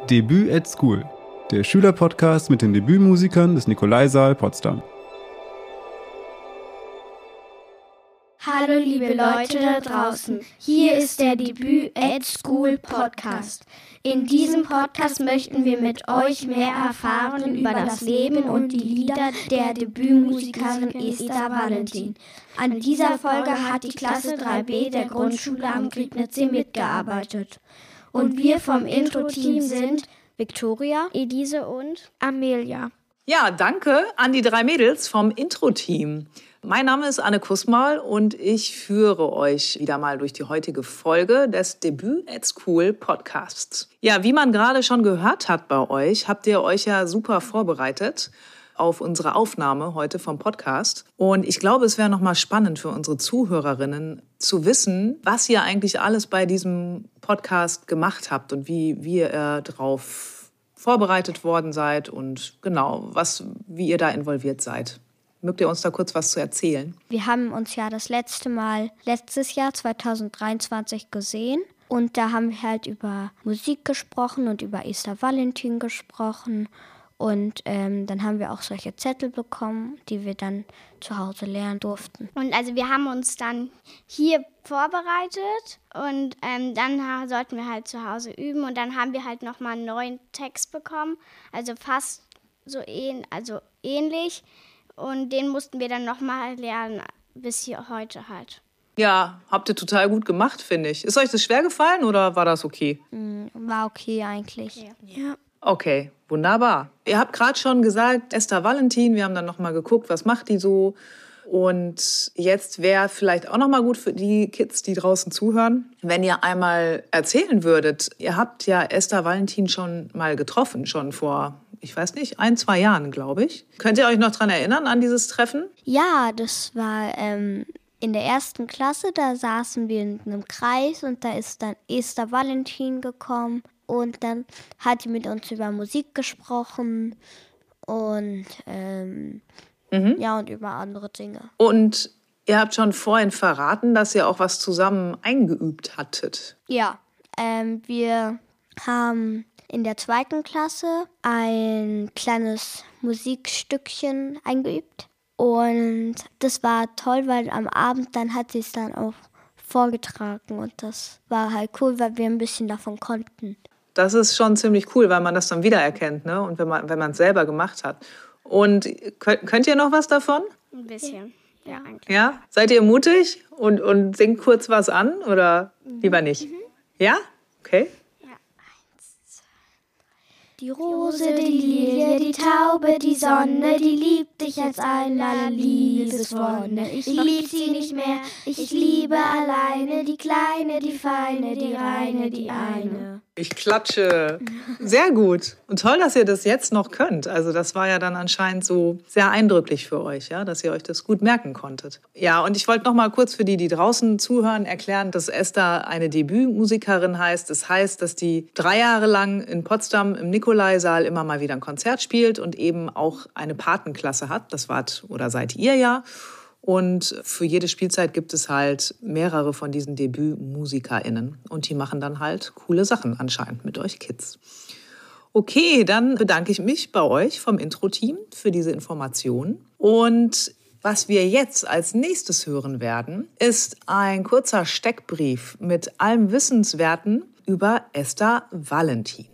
Debüt at School, der Schülerpodcast mit den Debütmusikern des Nikolaisaal Potsdam. Hallo liebe Leute da draußen, hier ist der Debüt at School Podcast. In diesem Podcast möchten wir mit euch mehr erfahren über das Leben und die Lieder der Debütmusikerin Esther Valentin. An dieser Folge hat die Klasse 3b der Grundschule am Griebnitzsee mitgearbeitet. Und wir vom Intro-Team sind Viktoria, Elise und Amelia. Ja, danke an die 3 Mädels vom Intro-Team. Mein Name ist Anne Kussmaul und ich führe euch wieder mal durch die heutige Folge des Debüt at School Podcasts. Ja, wie man gerade schon gehört hat bei euch, habt ihr euch ja super vorbereitet auf unsere Aufnahme heute vom Podcast. Und ich glaube, es wäre nochmal spannend für unsere Zuhörerinnen zu wissen, was ihr eigentlich alles bei diesem Podcast gemacht habt und wie ihr darauf vorbereitet worden seid und genau, wie ihr da involviert seid. Mögt ihr uns da kurz was zu erzählen? Wir haben uns ja das letzte Mal letztes Jahr 2023 gesehen und da haben wir halt über Musik gesprochen und über Esther Valentin gesprochen und dann haben wir auch solche Zettel bekommen, die wir dann zu Hause lernen durften. Und also wir haben uns dann hier vorbereitet und dann sollten wir halt zu Hause üben und dann haben wir halt nochmal einen neuen Text bekommen, also fast so ähnlich. Und den mussten wir dann nochmal lernen, bis hier heute halt. Ja, habt ihr total gut gemacht, finde ich. Ist euch das schwer gefallen oder war das okay? War okay eigentlich. Ja. Okay, wunderbar. Ihr habt gerade schon gesagt, Esther Valentin, wir haben dann nochmal geguckt, was macht die so. Und jetzt wäre vielleicht auch nochmal gut für die Kids, die draußen zuhören, wenn ihr einmal erzählen würdet. Ihr habt ja Esther Valentin schon mal getroffen, schon vor, ich weiß nicht, 1-2 Jahren, glaube ich. Könnt ihr euch noch dran erinnern, an dieses Treffen? Ja, das war in der 1. Klasse, da saßen wir in einem Kreis und da ist dann Esther Valentin gekommen und dann hat sie mit uns über Musik gesprochen und ja, und über andere Dinge. Und ihr habt schon vorhin verraten, dass ihr auch was zusammen eingeübt hattet. Ja, wir haben in der 2. Klasse ein kleines Musikstückchen eingeübt. Und das war toll, weil am Abend dann hat sie es dann auch vorgetragen. Und das war halt cool, weil wir ein bisschen davon konnten. Das ist schon ziemlich cool, weil man das dann wiedererkennt, ne? Und wenn man es selber gemacht hat. Und könnt ihr noch was davon? Ein bisschen, ja eigentlich. Ja? Seid ihr mutig und singt kurz was an oder lieber nicht? Ja? Okay. Die Rose, die Lilie, die Taube, die Sonne, die liebt dich als eine Liebeswonne. Ich lieb sie nicht mehr, ich liebe alleine, die Kleine, die Feine, die Reine, die eine. Ich klatsche. Sehr gut. Und toll, dass ihr das jetzt noch könnt. Also das war ja dann anscheinend so sehr eindrücklich für euch, ja, dass ihr euch das gut merken konntet. Ja, und ich wollte noch mal kurz für die draußen zuhören, erklären, dass Esther eine Debütmusikerin heißt. Das heißt, dass die 3 Jahre lang in Potsdam im Nikolaisaal immer mal wieder ein Konzert spielt und eben auch eine Patenklasse hat. Das wart oder seid ihr ja. Und für jede Spielzeit gibt es halt mehrere von diesen DebütmusikerInnen. Und die machen dann halt coole Sachen anscheinend mit euch Kids. Okay, dann bedanke ich mich bei euch vom Intro-Team für diese Informationen. Und was wir jetzt als nächstes hören werden, ist ein kurzer Steckbrief mit allem Wissenswerten über Esther Valentin.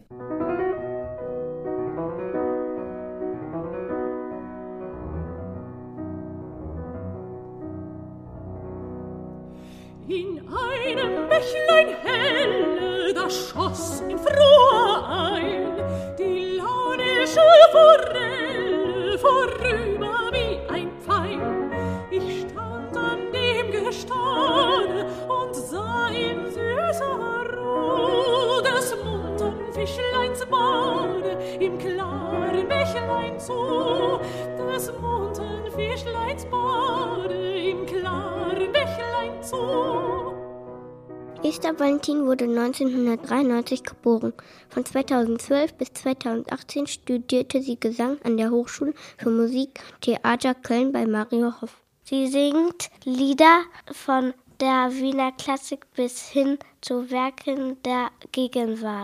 In einem Bächlein helle, da schoss in Frohe ein die launische Forelle vorüber wie ein Pfeil. Ich stand an dem Gestade und sah in süßer Ruhe des muntern Fischleins Bade im klaren Bächlein zu, des muntern Fischleins Bade im klaren Bächlein zu. Esther Valentin wurde 1993 geboren. Von 2012 bis 2018 studierte sie Gesang an der Hochschule für Musik und Theater Köln bei Mario Hoff. Sie singt Lieder von der Wiener Klassik bis hin zu Werken der Gegenwart.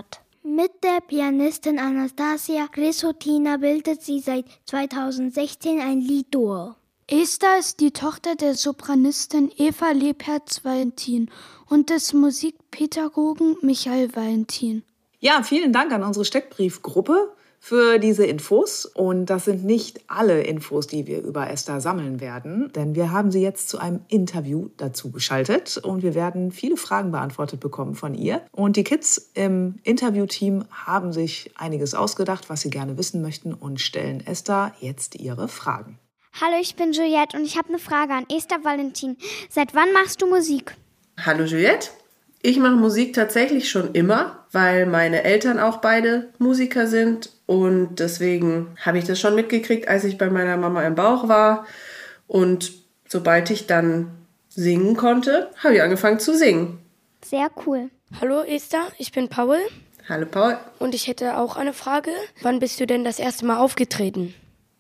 Mit der Pianistin Anastasia Chrysotina bildet sie seit 2016 ein Liedduo. Esther ist die Tochter der Sopranistin Eva Lebherz-Valentin und des Musikpädagogen Michael Valentin. Ja, vielen Dank an unsere Steckbriefgruppe für diese Infos. Und das sind nicht alle Infos, die wir über Esther sammeln werden, denn wir haben sie jetzt zu einem Interview dazu geschaltet und wir werden viele Fragen beantwortet bekommen von ihr. Und die Kids im Interviewteam haben sich einiges ausgedacht, was sie gerne wissen möchten und stellen Esther jetzt ihre Fragen. Hallo, ich bin Juliette und ich habe eine Frage an Esther Valentin. Seit wann machst du Musik? Hallo Juliette. Ich mache Musik tatsächlich schon immer, weil meine Eltern auch beide Musiker sind und deswegen habe ich das schon mitgekriegt, als ich bei meiner Mama im Bauch war und sobald ich dann singen konnte, habe ich angefangen zu singen. Sehr cool. Hallo Esther, ich bin Paul. Hallo Paul. Und ich hätte auch eine Frage. Wann bist du denn das erste Mal aufgetreten?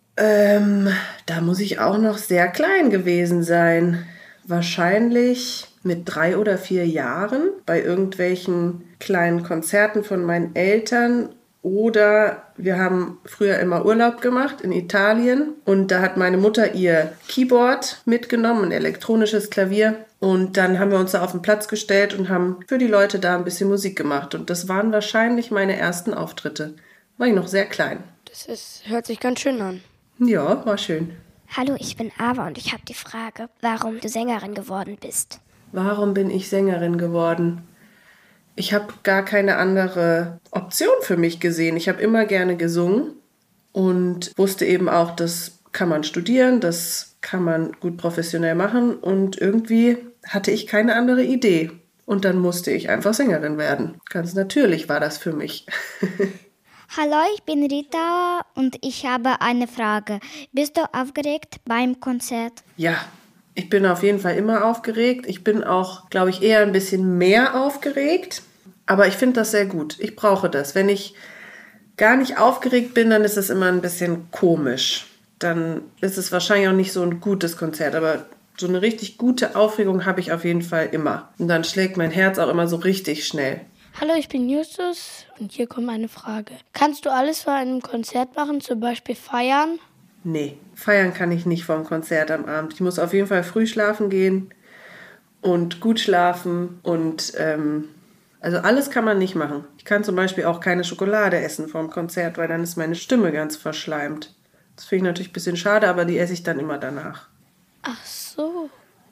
Da muss ich auch noch sehr klein gewesen sein. Wahrscheinlich mit 3 oder 4 Jahren bei irgendwelchen kleinen Konzerten von meinen Eltern. Oder wir haben früher immer Urlaub gemacht in Italien. Und da hat meine Mutter ihr Keyboard mitgenommen, ein elektronisches Klavier. Und dann haben wir uns da auf den Platz gestellt und haben für die Leute da ein bisschen Musik gemacht. Und das waren wahrscheinlich meine ersten Auftritte. War ich noch sehr klein. Hört sich ganz schön an. Ja, war schön. Hallo, ich bin Ava und ich habe die Frage, warum du Sängerin geworden bist. Warum bin ich Sängerin geworden? Ich habe gar keine andere Option für mich gesehen. Ich habe immer gerne gesungen und wusste eben auch, das kann man studieren, das kann man gut professionell machen. Und irgendwie hatte ich keine andere Idee. Und dann musste ich einfach Sängerin werden. Ganz natürlich war das für mich. Hallo, ich bin Rita und ich habe eine Frage. Bist du aufgeregt beim Konzert? Ja, ich bin auf jeden Fall immer aufgeregt. Ich bin auch, glaube ich, eher ein bisschen mehr aufgeregt. Aber ich finde das sehr gut. Ich brauche das. Wenn ich gar nicht aufgeregt bin, dann ist es immer ein bisschen komisch. Dann ist es wahrscheinlich auch nicht so ein gutes Konzert. Aber so eine richtig gute Aufregung habe ich auf jeden Fall immer. Und dann schlägt mein Herz auch immer so richtig schnell. Hallo, ich bin Justus und hier kommt eine Frage. Kannst du alles vor einem Konzert machen, zum Beispiel feiern? Nee, feiern kann ich nicht vor dem Konzert am Abend. Ich muss auf jeden Fall früh schlafen gehen und gut schlafen und also alles kann man nicht machen. Ich kann zum Beispiel auch keine Schokolade essen vor dem Konzert, weil dann ist meine Stimme ganz verschleimt. Das finde ich natürlich ein bisschen schade, aber die esse ich dann immer danach. Ach so.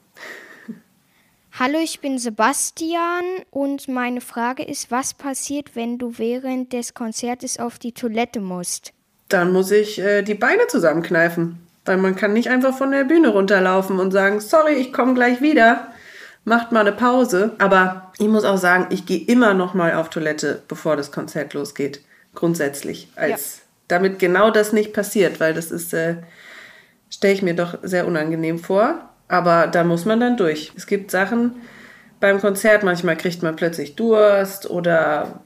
Hallo, ich bin Sebastian und meine Frage ist, was passiert, wenn du während des Konzertes auf die Toilette musst? Dann muss ich die Beine zusammenkneifen, weil man kann nicht einfach von der Bühne runterlaufen und sagen, sorry, ich komme gleich wieder, macht mal eine Pause. Aber ich muss auch sagen, ich gehe immer noch mal auf Toilette, bevor das Konzert losgeht, grundsätzlich, damit genau das nicht passiert, weil das ist, stelle ich mir doch sehr unangenehm vor. Aber da muss man dann durch. Es gibt Sachen beim Konzert, manchmal kriegt man plötzlich Durst oder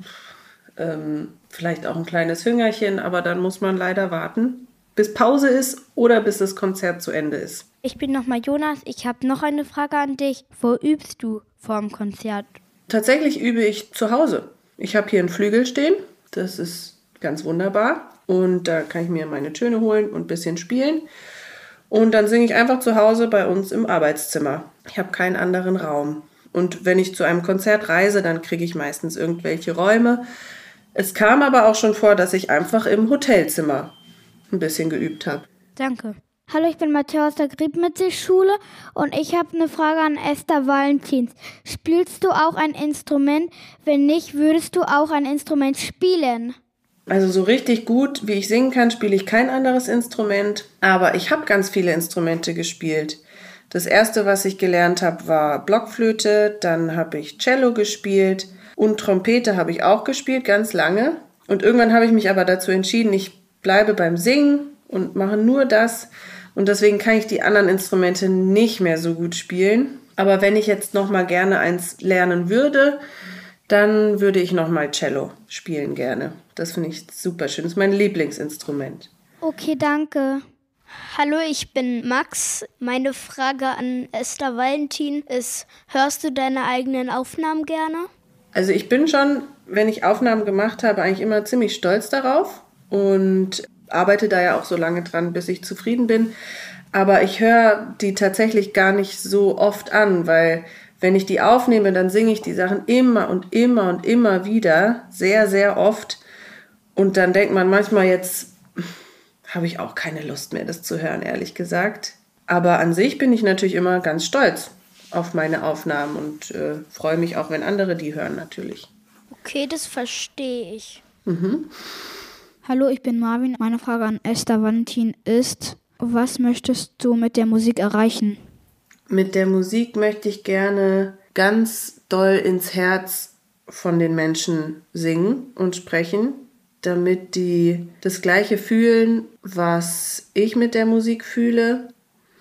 vielleicht auch ein kleines Hüngerchen, aber dann muss man leider warten, bis Pause ist oder bis das Konzert zu Ende ist. Ich bin nochmal Jonas, ich habe noch eine Frage an dich. Wo übst du vorm Konzert? Tatsächlich übe ich zu Hause. Ich habe hier einen Flügel stehen, das ist ganz wunderbar und da kann ich mir meine Töne holen und ein bisschen spielen. Und dann singe ich einfach zu Hause bei uns im Arbeitszimmer. Ich habe keinen anderen Raum. Und wenn ich zu einem Konzert reise, dann kriege ich meistens irgendwelche Räume. Es kam aber auch schon vor, dass ich einfach im Hotelzimmer ein bisschen geübt habe. Danke. Hallo, ich bin Matthäus aus der Griebmittelschule und ich habe eine Frage an Esther Valentins. Spielst du auch ein Instrument? Wenn nicht, würdest du auch ein Instrument spielen? Also so richtig gut, wie ich singen kann, spiele ich kein anderes Instrument. Aber ich habe ganz viele Instrumente gespielt. Das erste, was ich gelernt habe, war Blockflöte. Dann habe ich Cello gespielt und Trompete habe ich auch gespielt, ganz lange. Und irgendwann habe ich mich aber dazu entschieden, ich bleibe beim Singen und mache nur das. Und deswegen kann ich die anderen Instrumente nicht mehr so gut spielen. Aber wenn ich jetzt noch mal gerne eins lernen würde, dann würde ich noch mal Cello spielen gerne. Das finde ich super schön. Das ist mein Lieblingsinstrument. Okay, danke. Hallo, ich bin Max. Meine Frage an Esther Valentin ist, hörst du deine eigenen Aufnahmen gerne? Also ich bin schon, wenn ich Aufnahmen gemacht habe, eigentlich immer ziemlich stolz darauf und arbeite da ja auch so lange dran, bis ich zufrieden bin. Aber ich höre die tatsächlich gar nicht so oft an, weil wenn ich die aufnehme, dann singe ich die Sachen immer und immer und immer wieder, sehr, sehr oft. Und dann denkt man manchmal, jetzt habe ich auch keine Lust mehr, das zu hören, ehrlich gesagt. Aber an sich bin ich natürlich immer ganz stolz auf meine Aufnahmen und freue mich auch, wenn andere die hören, natürlich. Okay, das verstehe ich. Hallo, ich bin Marvin. Meine Frage an Esther Valentin ist, was möchtest du mit der Musik erreichen? Mit der Musik möchte ich gerne ganz doll ins Herz von den Menschen singen und sprechen, damit die das Gleiche fühlen, was ich mit der Musik fühle.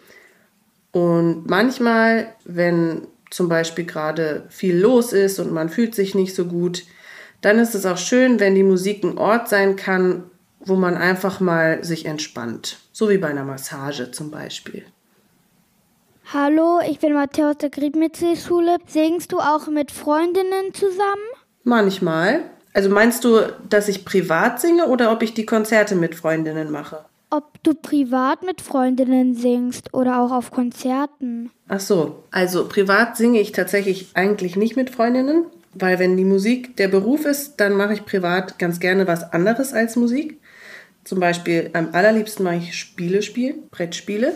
Und manchmal, wenn zum Beispiel gerade viel los ist und man fühlt sich nicht so gut, dann ist es auch schön, wenn die Musik ein Ort sein kann, wo man einfach mal sich entspannt. So wie bei einer Massage zum Beispiel. Hallo, ich bin Matthäus aus der Griebnitzsee-Schule. Singst du auch mit Freundinnen zusammen? Manchmal. Also meinst du, dass ich privat singe oder ob ich die Konzerte mit Freundinnen mache? Ob du privat mit Freundinnen singst oder auch auf Konzerten. Ach so, also privat singe ich tatsächlich eigentlich nicht mit Freundinnen, weil wenn die Musik der Beruf ist, dann mache ich privat ganz gerne was anderes als Musik. Zum Beispiel am allerliebsten mache ich Spiele spielen, Brettspiele.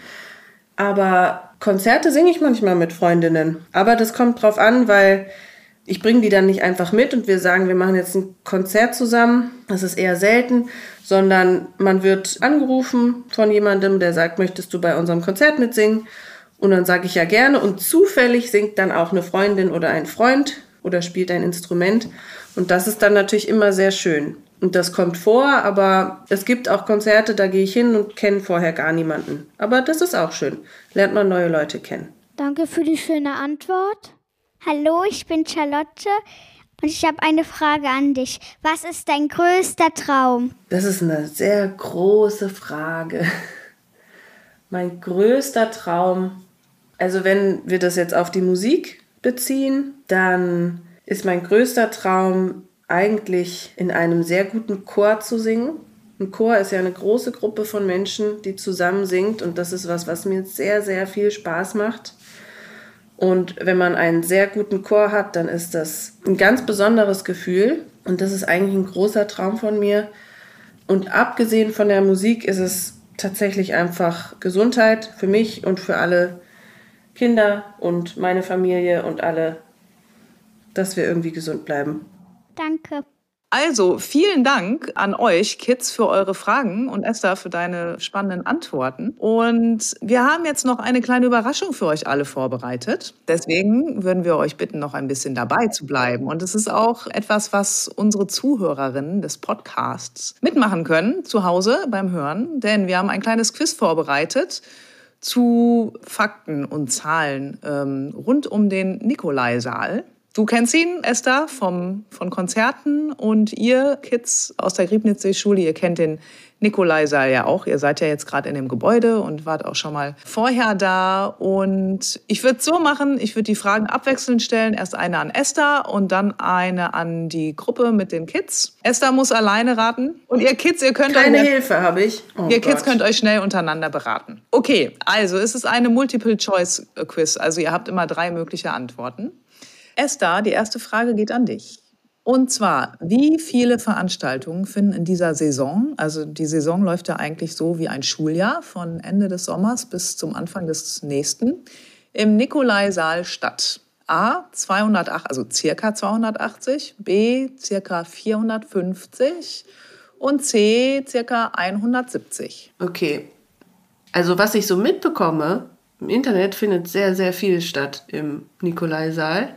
Aber Konzerte singe ich manchmal mit Freundinnen. Aber das kommt drauf an, weil ich bringe die dann nicht einfach mit und wir sagen, wir machen jetzt ein Konzert zusammen. Das ist eher selten, sondern man wird angerufen von jemandem, der sagt, möchtest du bei unserem Konzert mitsingen? Und dann sage ich ja gerne und zufällig singt dann auch eine Freundin oder ein Freund oder spielt ein Instrument. Und das ist dann natürlich immer sehr schön. Und das kommt vor, aber es gibt auch Konzerte, da gehe ich hin und kenne vorher gar niemanden. Aber das ist auch schön. Lernt man neue Leute kennen. Danke für die schöne Antwort. Hallo, ich bin Charlotte und ich habe eine Frage an dich. Was ist dein größter Traum? Das ist eine sehr große Frage. Mein größter Traum, also wenn wir das jetzt auf die Musik beziehen, dann ist mein größter Traum eigentlich in einem sehr guten Chor zu singen. Ein Chor ist ja eine große Gruppe von Menschen, die zusammen singt und das ist was mir sehr, sehr viel Spaß macht. Und wenn man einen sehr guten Chor hat, dann ist das ein ganz besonderes Gefühl und das ist eigentlich ein großer Traum von mir. Und abgesehen von der Musik ist es tatsächlich einfach Gesundheit für mich und für alle Kinder und meine Familie und alle, dass wir irgendwie gesund bleiben. Danke. Also, vielen Dank an euch, Kids, für eure Fragen und Esther für deine spannenden Antworten. Und wir haben jetzt noch eine kleine Überraschung für euch alle vorbereitet. Deswegen würden wir euch bitten, noch ein bisschen dabei zu bleiben. Und es ist auch etwas, was unsere Zuhörerinnen des Podcasts mitmachen können, zu Hause beim Hören. Denn wir haben ein kleines Quiz vorbereitet zu Fakten und Zahlen rund um den Nikolaisaal. Du kennst ihn, Esther, von Konzerten und ihr Kids aus der Griebnitzsee-Schule, ihr kennt den Nikolaisaal ja auch. Ihr seid ja jetzt gerade in dem Gebäude und wart auch schon mal vorher da. Und ich würde es so machen, ich würde die Fragen abwechselnd stellen. Erst eine an Esther und dann eine an die Gruppe mit den Kids. Esther muss alleine raten. Und ihr Kids, ihr könnt Keine Hilfe habe ich. Oh ihr Kids Gott. könnt euch schnell untereinander beraten. Okay, also es ist eine Multiple-Choice-Quiz. Also ihr habt immer 3 mögliche Antworten. Esther, die erste Frage geht an dich. Und zwar, wie viele Veranstaltungen finden in dieser Saison, also die Saison läuft ja eigentlich so wie ein Schuljahr, von Ende des Sommers bis zum Anfang des nächsten, im Nikolaisaal statt? A, 208, also circa 280, B, circa 450 und C, circa 170. Okay, also was ich so mitbekomme, im Internet findet sehr, sehr viel statt im Nikolaisaal.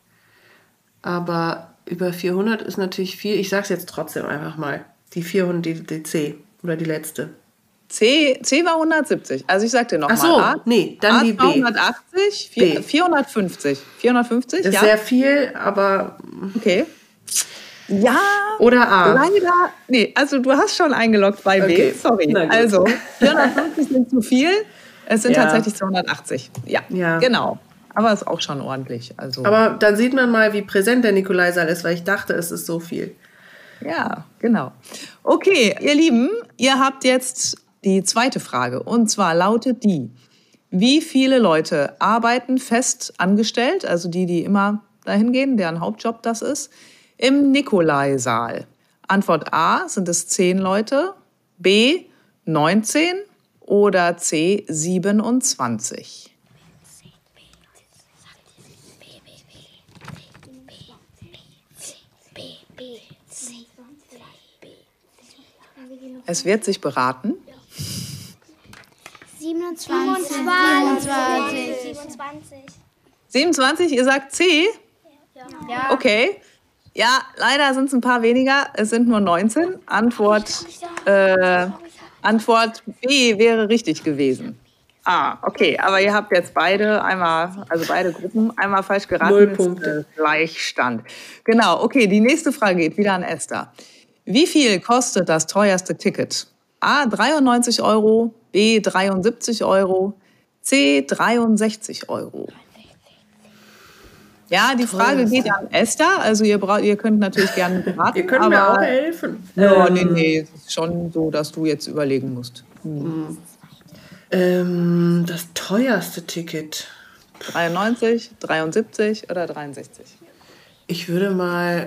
Aber über 400 ist natürlich viel. Ich sage es jetzt trotzdem einfach mal. Die 400, die C oder die letzte. C war 170. Also ich sag dir nochmal. Ach so, nee, dann die B. 280, 450. 450, das ist ja. sehr viel, aber... Okay. Ja. Oder A. Leider. Nee, also du hast schon eingeloggt bei B. Okay. Sorry. Also 450 sind zu viel. Es sind tatsächlich 280. Ja, genau. Aber ist auch schon ordentlich. Also, Aber dann sieht man mal, wie präsent der Nikolaisaal ist, weil ich dachte, es ist so viel. ja, genau. Okay, ihr Lieben, ihr habt jetzt die zweite Frage. Und zwar lautet die: Wie viele Leute arbeiten fest angestellt, also die immer dahin gehen, deren Hauptjob das ist, im Nikolaisaal? Antwort A, sind es 10 Leute, B, 19 oder C, 27? Es wird sich beraten. 27. 27, ihr sagt C? Ja. Okay. Ja, leider sind es ein paar weniger. Es sind nur 19. Antwort B wäre richtig gewesen. Ah, okay. Aber ihr habt jetzt beide Gruppen einmal falsch geraten. 0 Punkte. Gleichstand. Genau, okay. Die nächste Frage geht wieder an Esther. Wie viel kostet das teuerste Ticket? A, 93 €, B, 73 €, C, 63 €. Ja, die Frage geht an Esther. Also ihr könnt natürlich gerne beraten. Ihr könnt mir auch helfen. Ja, nee, es ist schon so, dass du jetzt überlegen musst. Das teuerste Ticket. 93, 73 oder 63? Ich würde mal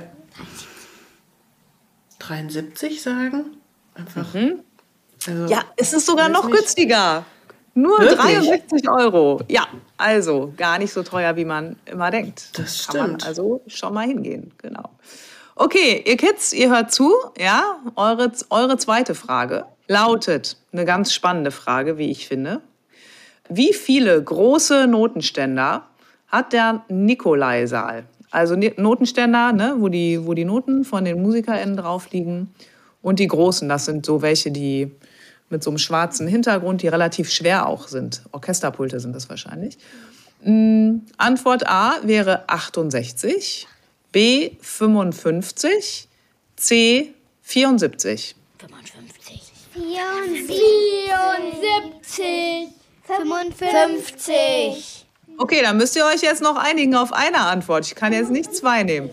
73 sagen. Einfach. Also, Ja, es ist sogar noch günstiger. Nur Wirklich? 63 €. Ja, also gar nicht so teuer, wie man immer denkt. Das Kann man stimmt. also schon mal hingehen, genau. Okay, ihr Kids, ihr hört zu, ja? Eure zweite Frage lautet, eine ganz spannende Frage, wie ich finde. Wie viele große Notenständer hat der Nikolaisaal? Also Notenständer, ne, wo die Noten von den MusikerInnen drauf liegen. Und die großen, das sind so welche, die mit so einem schwarzen Hintergrund, die relativ schwer auch sind. Orchesterpulte sind das wahrscheinlich. Antwort A wäre 68, B 55, C 74. 74. 55. Okay, dann müsst ihr euch jetzt noch einigen auf eine Antwort. Ich kann jetzt nicht 2 nehmen.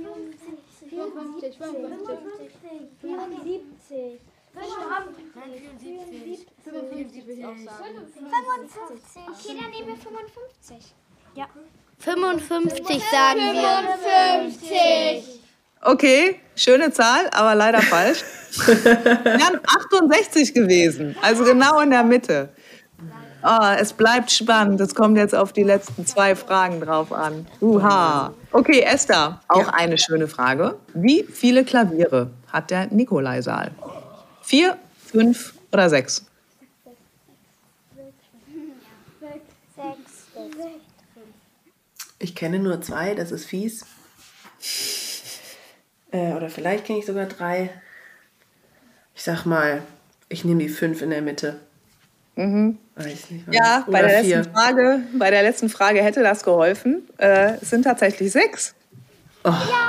55. Okay, dann nehmen wir 55. Ja. 55 sagen wir. 55. Okay, schöne Zahl, aber leider falsch. Wären 68 gewesen, also genau in der Mitte. Oh, es bleibt spannend. Es kommt jetzt auf die letzten 2 Fragen drauf an. Okay, Esther, auch eine schöne Frage. Wie viele Klaviere hat der Nikolaisaal? 4, 5 oder 6? 6. Ich kenne nur 2, das ist fies. Oder vielleicht kenne ich sogar 3. Ich sag mal, ich nehme die 5 in der Mitte. Weiß nicht, Ja, oder bei der letzten Frage hätte das geholfen. Es sind tatsächlich 6. Oh.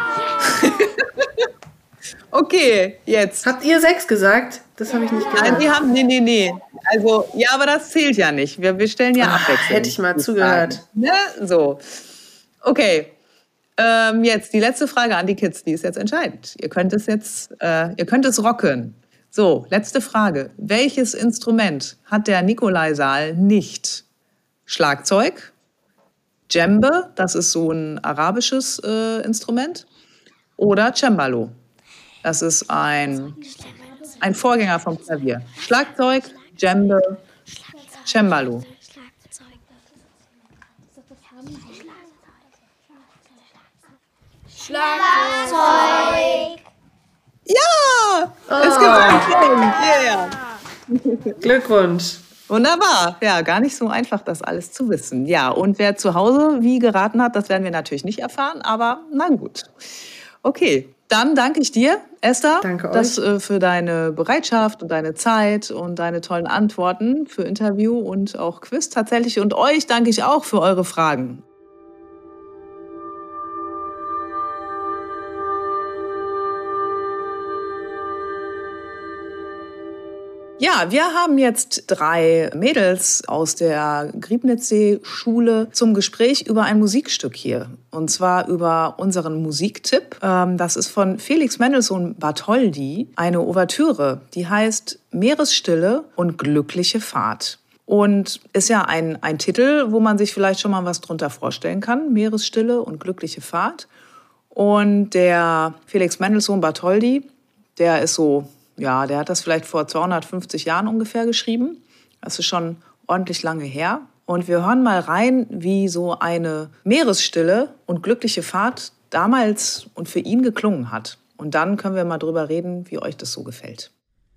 Okay, jetzt. Habt ihr 6 gesagt? Das habe ich nicht gehört. Nein, die haben, nee. Also, ja, aber das zählt ja nicht. Wir stellen ja abwechselnd. Hätte ich mal zugehört. Ne? So. Okay. Jetzt die letzte Frage an die Kids, die ist jetzt entscheidend. Ihr könnt es rocken. So, letzte Frage. Welches Instrument hat der Nikolaisaal nicht? Schlagzeug, Djembe, das ist so ein arabisches Instrument, oder Cembalo. Das ist ein Vorgänger vom Klavier. Schlagzeug, Djembe, Cembalo. Schlagzeug. Ja! Es gibt einen Punkt. Yeah. Glückwunsch. Wunderbar. Ja, gar nicht so einfach, das alles zu wissen. Ja, und wer zu Hause wie geraten hat, das werden wir natürlich nicht erfahren, aber na gut. Okay, dann danke ich dir, Esther, Danke euch. für deine Bereitschaft und deine Zeit und deine tollen Antworten für Interview und auch Quiz tatsächlich. Und euch danke ich auch für eure Fragen. Ja, wir haben jetzt 3 Mädels aus der Griebnitzsee-Schule zum Gespräch über ein Musikstück hier. Und zwar über unseren Musiktipp. Das ist von Felix Mendelssohn Bartholdy, eine Ouvertüre, die heißt Meeresstille und glückliche Fahrt. Und ist ja ein Titel, wo man sich vielleicht schon mal was drunter vorstellen kann. Meeresstille und glückliche Fahrt. Und der Felix Mendelssohn Bartholdy, der ist so... Ja, der hat das vielleicht vor 250 Jahren ungefähr geschrieben. Das ist schon ordentlich lange her. Und wir hören mal rein, wie so eine Meeresstille und glückliche Fahrt damals und für ihn geklungen hat. Und dann können wir mal drüber reden, wie euch das so gefällt.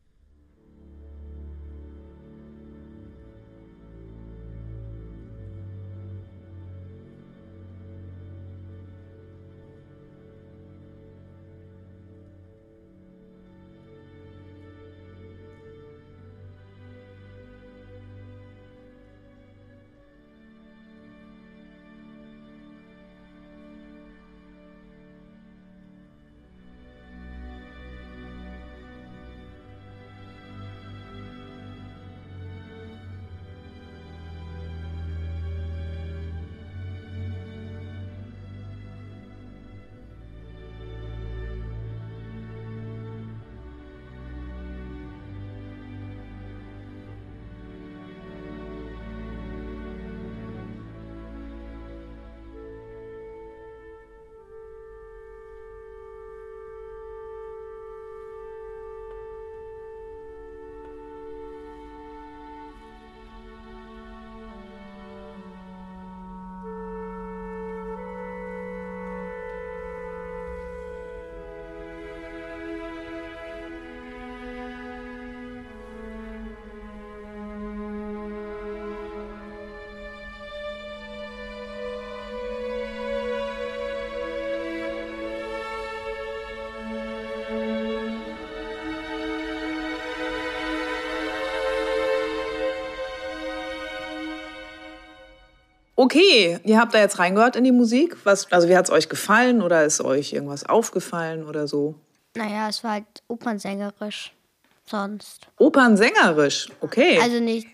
Okay, ihr habt da jetzt reingehört in die Musik. Also wie hat es euch gefallen oder ist euch irgendwas aufgefallen oder so? Naja, es war halt opernsängerisch sonst. Opernsängerisch, okay. Also nicht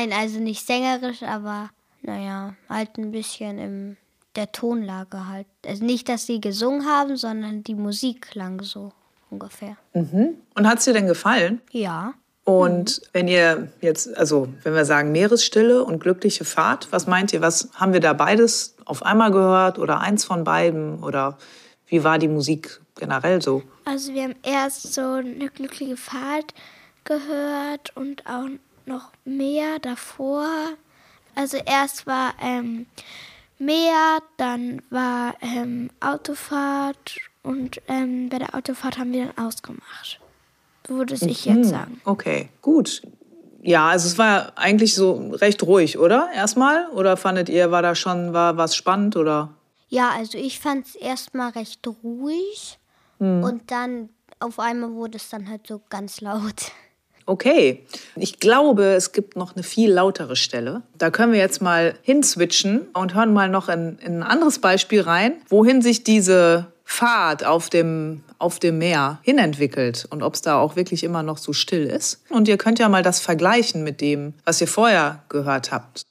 sängerisch, aber naja, halt ein bisschen in der Tonlage halt. Also nicht, dass sie gesungen haben, sondern die Musik klang so ungefähr. Mhm. Und hat es dir denn gefallen? Ja. Und wenn ihr jetzt, also wenn wir sagen Meeresstille und glückliche Fahrt, was meint ihr, was haben wir da beides auf einmal gehört oder eins von beiden oder wie war die Musik generell so? Also wir haben erst so eine glückliche Fahrt gehört und auch noch mehr davor. Also erst war Meer, dann war Autofahrt und bei der Autofahrt haben wir dann ausgemacht. Würde ich jetzt sagen. Okay, gut. Ja, also es war eigentlich so recht ruhig, oder? Erstmal? Oder fandet ihr, war was spannend, oder? Ja, also ich fand es erstmal recht ruhig und dann auf einmal wurde es dann halt so ganz laut. Okay, ich glaube, es gibt noch eine viel lautere Stelle. Da können wir jetzt mal hinswitchen und hören mal noch in ein anderes Beispiel rein, wohin sich diese Fahrt auf dem Meer hinentwickelt und ob es da auch wirklich immer noch so still ist. Und ihr könnt ja mal das vergleichen mit dem, was ihr vorher gehört habt.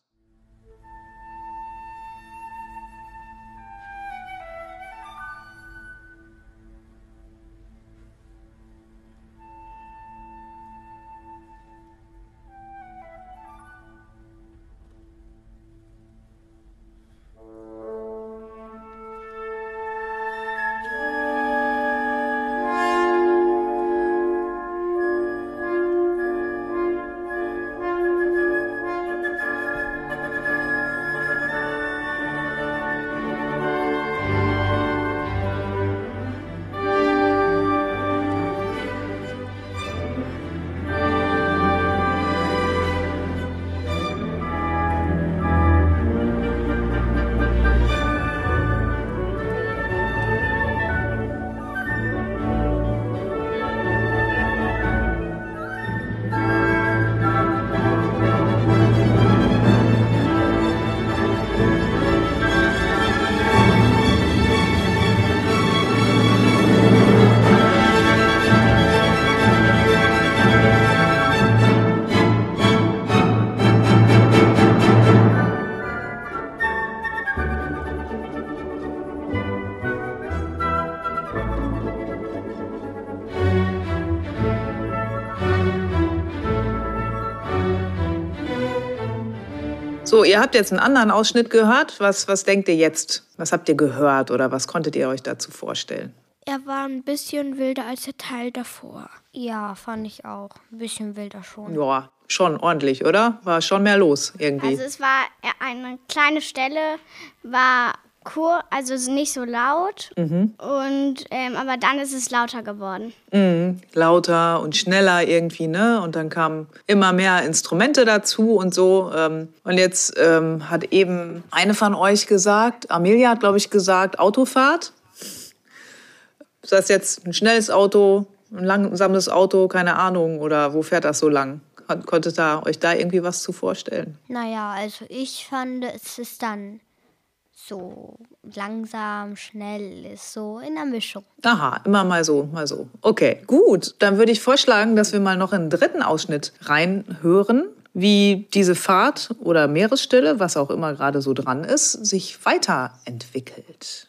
So, ihr habt jetzt einen anderen Ausschnitt gehört. Was denkt ihr jetzt? Was habt ihr gehört oder was konntet ihr euch dazu vorstellen? Er war ein bisschen wilder als der Teil davor. Ja, fand ich auch. Ein bisschen wilder schon. Ja, schon ordentlich, oder? War schon mehr los irgendwie. Also es war eine kleine Stelle, war kurz, also nicht so laut. Und aber dann ist es lauter geworden. Lauter und schneller irgendwie, ne? Und dann kamen immer mehr Instrumente dazu und so. Und jetzt hat eben eine von euch gesagt, Amelia hat, glaube ich, gesagt, Autofahrt. Ist das jetzt ein schnelles Auto, ein langsames Auto, keine Ahnung, oder wo fährt das so lang? Konntet ihr euch da irgendwie was zu vorstellen? Naja, also ich fand, es ist dann so langsam, schnell, ist so in der Mischung. Aha, immer mal so, mal so. Okay, gut. Dann würde ich vorschlagen, dass wir mal noch einen dritten Ausschnitt reinhören, wie diese Fahrt oder Meeresstille, was auch immer gerade so dran ist, sich weiterentwickelt.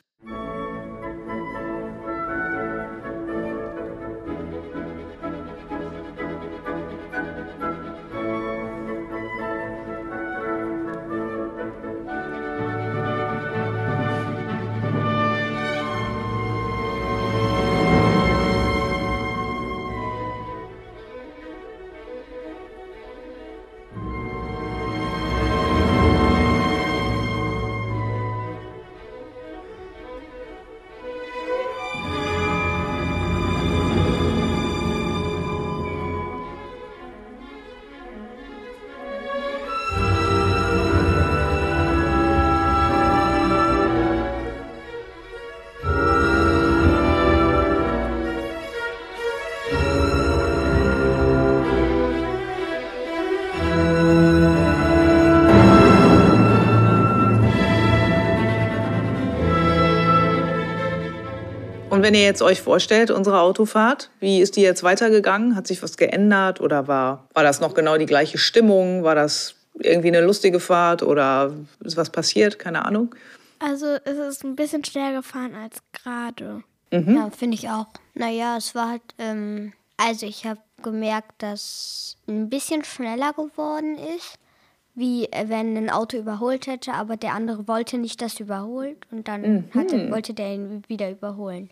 Und wenn ihr jetzt euch vorstellt, unsere Autofahrt, wie ist die jetzt weitergegangen? Hat sich was geändert oder war das noch genau die gleiche Stimmung? War das irgendwie eine lustige Fahrt oder ist was passiert? Keine Ahnung. Also es ist ein bisschen schneller gefahren als gerade. Ja, finde ich auch. Naja, es war halt, also ich habe gemerkt, dass ein bisschen schneller geworden ist, wie wenn ein Auto überholt hätte, aber der andere wollte nicht, dass überholt und dann wollte der ihn wieder überholen.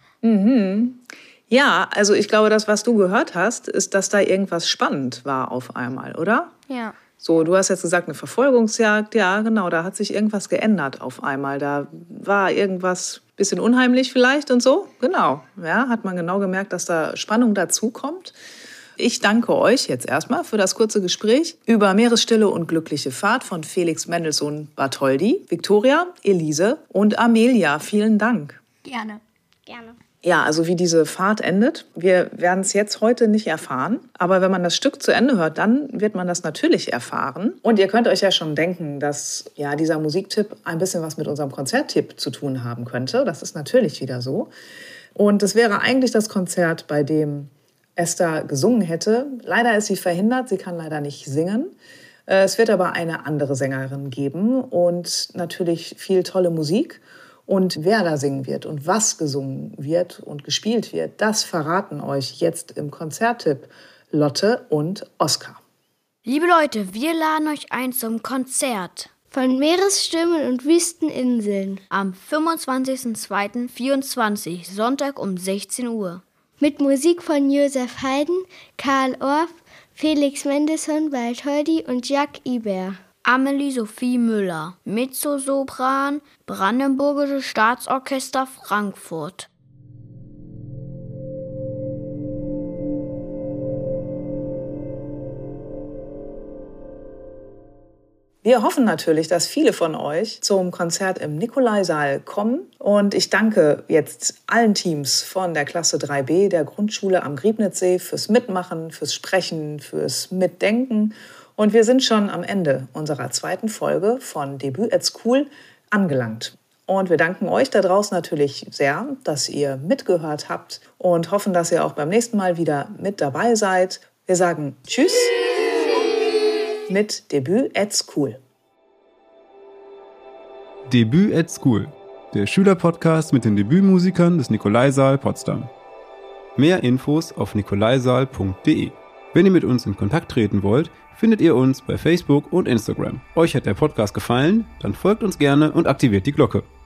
Ja, also ich glaube, das, was du gehört hast, ist, dass da irgendwas spannend war auf einmal, oder? Ja. So, du hast jetzt gesagt, eine Verfolgungsjagd. Ja, genau, da hat sich irgendwas geändert auf einmal. Da war irgendwas ein bisschen unheimlich vielleicht und so. Genau, ja, hat man genau gemerkt, dass da Spannung dazukommt. Ich danke euch jetzt erstmal für das kurze Gespräch über Meeresstille und glückliche Fahrt von Felix Mendelssohn Bartholdy, Viktoria, Elise und Amelia. Vielen Dank. Gerne. Ja, also wie diese Fahrt endet, wir werden es jetzt heute nicht erfahren. Aber wenn man das Stück zu Ende hört, dann wird man das natürlich erfahren. Und ihr könnt euch ja schon denken, dass ja dieser Musiktipp ein bisschen was mit unserem Konzerttipp zu tun haben könnte. Das ist natürlich wieder so. Und es wäre eigentlich das Konzert, bei dem Esther gesungen hätte. Leider ist sie verhindert, sie kann leider nicht singen. Es wird aber eine andere Sängerin geben und natürlich viel tolle Musik. Und wer da singen wird und was gesungen wird und gespielt wird, das verraten euch jetzt im Konzerttipp Lotte und Oskar. Liebe Leute, wir laden euch ein zum Konzert von Meeresstimmen und Wüsteninseln am 25.02.24, Sonntag um 16 Uhr. Mit Musik von Josef Haydn, Karl Orff, Felix Mendelssohn Bartholdy und Jacques Ibert. Amelie Sophie Müller, Mezzosopran, Brandenburgische Staatsorchester Frankfurt. Wir hoffen natürlich, dass viele von euch zum Konzert im Nikolaisaal kommen. Und ich danke jetzt allen Teams von der Klasse 3b der Grundschule am Griebnitzsee fürs Mitmachen, fürs Sprechen, fürs Mitdenken. Und wir sind schon am Ende unserer zweiten Folge von Debüt at School angelangt. Und wir danken euch da draußen natürlich sehr, dass ihr mitgehört habt und hoffen, dass ihr auch beim nächsten Mal wieder mit dabei seid. Wir sagen Tschüss mit Debüt at School. Debüt at School, der Schülerpodcast mit den Debütmusikern des Nikolaisaal Potsdam. Mehr Infos auf nikolaisaal.de. Wenn ihr mit uns in Kontakt treten wollt, findet ihr uns bei Facebook und Instagram. Euch hat der Podcast gefallen? Dann folgt uns gerne und aktiviert die Glocke.